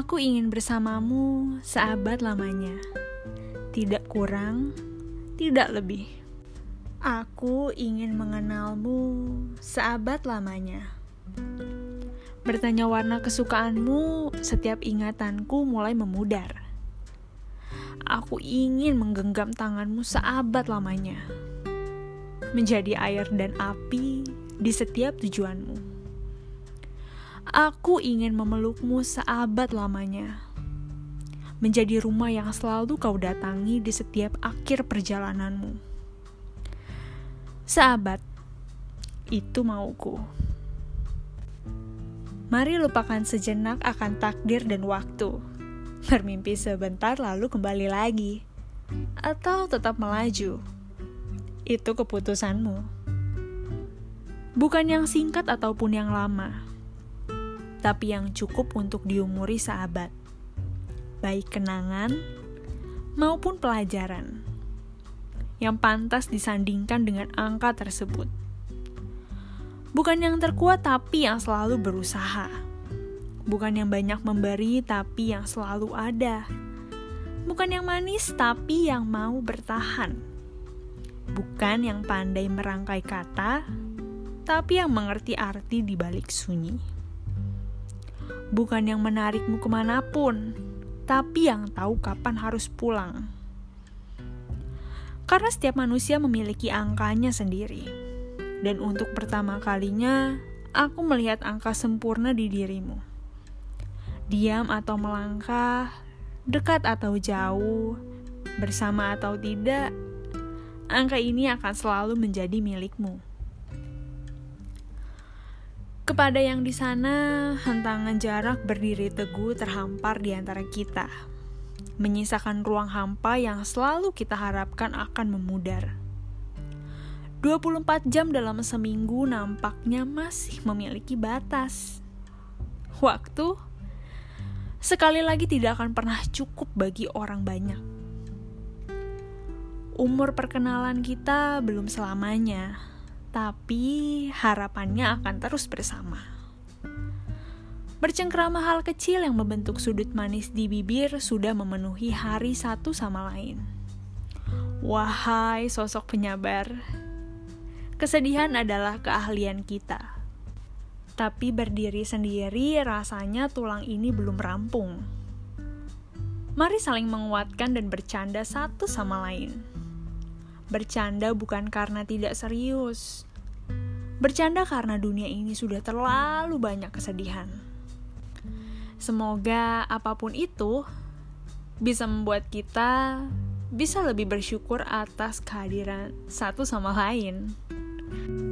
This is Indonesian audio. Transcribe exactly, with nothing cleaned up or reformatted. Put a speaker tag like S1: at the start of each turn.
S1: Aku ingin bersamamu seabad lamanya, tidak kurang, tidak lebih. Aku ingin mengenalmu seabad lamanya. Bertanya warna kesukaanmu, setiap ingatanku mulai memudar. Aku ingin menggenggam tanganmu seabad lamanya, menjadi air dan api di setiap tujuanmu. Aku ingin memelukmu seabad lamanya, menjadi rumah yang selalu kau datangi di setiap akhir perjalananmu. Seabad, itu mauku. Mari lupakan sejenak akan takdir dan waktu. Bermimpi sebentar lalu kembali lagi. Atau tetap melaju. Itu keputusanmu. Bukan yang singkat ataupun yang lama, tapi yang cukup untuk diumuri seabad. Baik kenangan maupun pelajaran yang pantas disandingkan dengan angka tersebut. Bukan yang terkuat tapi yang selalu berusaha. Bukan yang banyak memberi tapi yang selalu ada. Bukan yang manis tapi yang mau bertahan. Bukan yang pandai merangkai kata tapi yang mengerti arti di balik sunyi. Bukan yang menarikmu kemanapun, tapi yang tahu kapan harus pulang. Karena setiap manusia memiliki angkanya sendiri. Dan untuk pertama kalinya, aku melihat angka sempurna di dirimu. Diam atau melangkah, dekat atau jauh, bersama atau tidak, angka ini akan selalu menjadi milikmu. Kepada yang di sana, hentangan jarak berdiri teguh terhampar di antara kita, menyisakan ruang hampa yang selalu kita harapkan akan memudar. dua puluh empat jam dalam seminggu nampaknya masih memiliki batas. Waktu, sekali lagi tidak akan pernah cukup bagi orang banyak. Umur perkenalan kita belum selamanya, tapi harapannya akan terus bersama. Bercengkrama hal kecil yang membentuk sudut manis di bibir sudah memenuhi hari satu sama lain. Wahai sosok penyabar, kesedihan adalah keahlian kita. Tapi berdiri sendiri rasanya tulang ini belum rampung. Mari saling menguatkan dan bercanda satu sama lain. Bercanda bukan karena tidak serius. Bercanda karena dunia ini sudah terlalu banyak kesedihan. Semoga apapun itu bisa membuat kita bisa lebih bersyukur atas kehadiran satu sama lain.